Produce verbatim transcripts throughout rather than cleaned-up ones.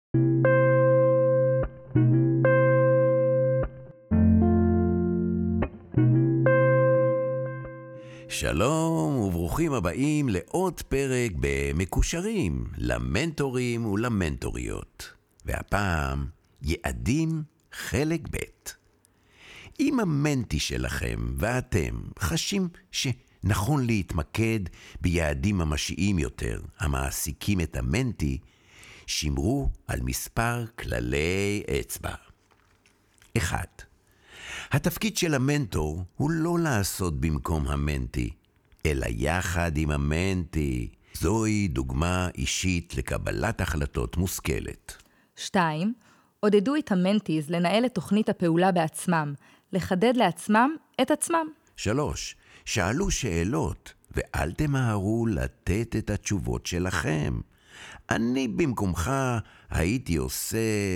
שלום וברוכים הבאים לעוד פרק במקושרים למנטורים ולמנטוריות. והפעם יעדים חלק ב'. אם המנטי שלכם ואתם חשים שנכון להתמקד ביעדים ממשיים יותר המעסיקים את המנטי, שמרו על מספר כללי אצבע. אחד. התפקיד של המנטור הוא לא לעשות במקום המנטי, אלא יחד עם המנטי. זוהי דוגמה אישית לקבלת החלטות מושכלת. שתיים. עודדו את המנטיז לנהל את תוכנית הפעולה בעצמם, לחדד לעצמם את עצמם. שלוש. שאלו שאלות, ואל תמהרו לתת את התשובות שלכם. אני במקומך הייתי עושה...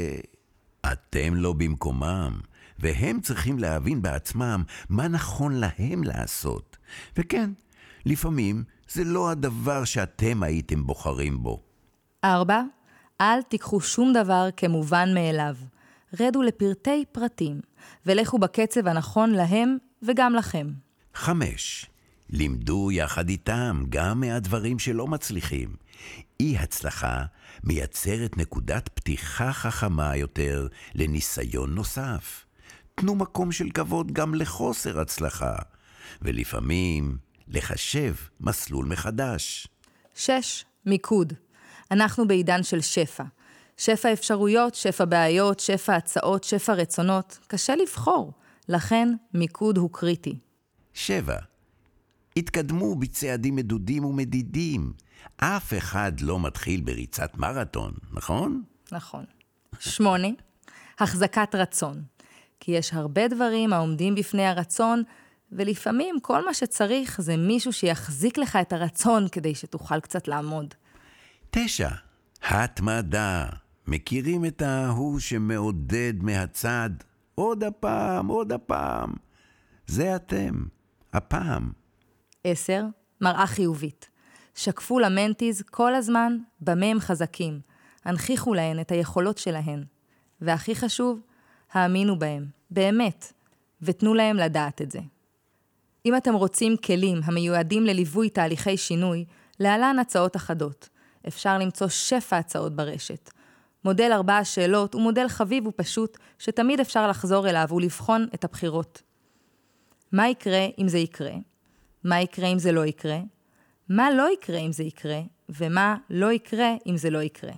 אתם לא במקומם. והם צריכים להבין בעצמם מה נכון להם לעשות. וכן, לפעמים זה לא הדבר שאתם הייתם בוחרים בו. ארבע. אל תיקחו שום דבר כמובן מאליו. רדו לפרטי פרטים, ולכו בקצב הנכון להם וגם לכם. חמש. לימדו יחד איתם גם מהדברים שלא מצליחים. אי הצלחה מייצרת נקודת פתיחה חכמה יותר לניסיון נוסף. תנו מקום של כבוד גם לחוסר הצלחה, ולפעמים לחשב מסלול מחדש. שש. מיקוד. אנחנו בעידן של שפע. שפע אפשרויות, שפע בעיות, שפע הצעות, שפע רצונות. קשה לבחור, לכן מיקוד הוא קריטי. שבע. התקדמו בצעדים מדודים ומדידים. אף אחד לא מתחיל בריצת מרתון, נכון? נכון. שמונה. החזקת רצון. כי יש הרבה דברים העומדים בפני הרצון, ולפעמים כל מה שצריך זה מישהו שיחזיק לך את הרצון כדי שתוכל קצת לעמוד. תשע. התמדה. מכירים את ההוא שמעודד מהצד? עוד הפעם, עוד הפעם. זה אתם. הפעם. עשר. מראה חיובית. שקפו למנטיז כל הזמן במה הם חזקים. הנכיחו להן את היכולות שלהן. והכי חשוב, האמינו בהם, באמת, ותנו להם לדעת את זה. אם אתם רוצים כלים המיועדים לליווי תהליכי שינוי, להלן הצעות אחדות. אפשר למצוא שפע הצעות ברשת. מודל ארבע השאלות הוא מודל חביב ופשוט שתמיד אפשר לחזור אליו ולבחון את הבחירות. מה יקרה אם זה יקרה? מה יקרה אם זה לא יקרה? מה לא יקרה אם זה יקרה? ומה לא יקרה אם זה לא יקרה?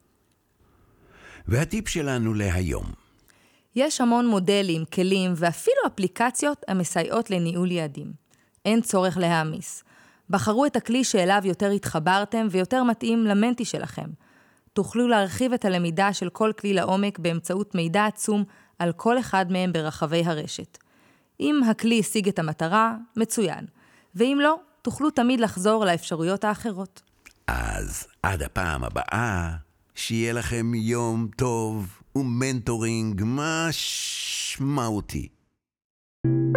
והטיפ שלנו להיום. יש המון מודלים, כלים ואפילו אפליקציות המסייעות לניהול יעדים. אין צורך להעמיס. בחרו את הכלי שאליו יותר התחברתם ויותר מתאים למנטי שלכם. תוכלו להרחיב את הלמידה של כל כלי לעומק באמצעות מידע עצום על כל אחד מהם ברחבי הרשת. אם הכלי השיג את המטרה, מצוין. ואם לא, תוכלו תמיד לחזור לאפשרויות האחרות. אז עד הפעם הבאה, שיהיה לכם יום טוב ומנטורינג משמעותי.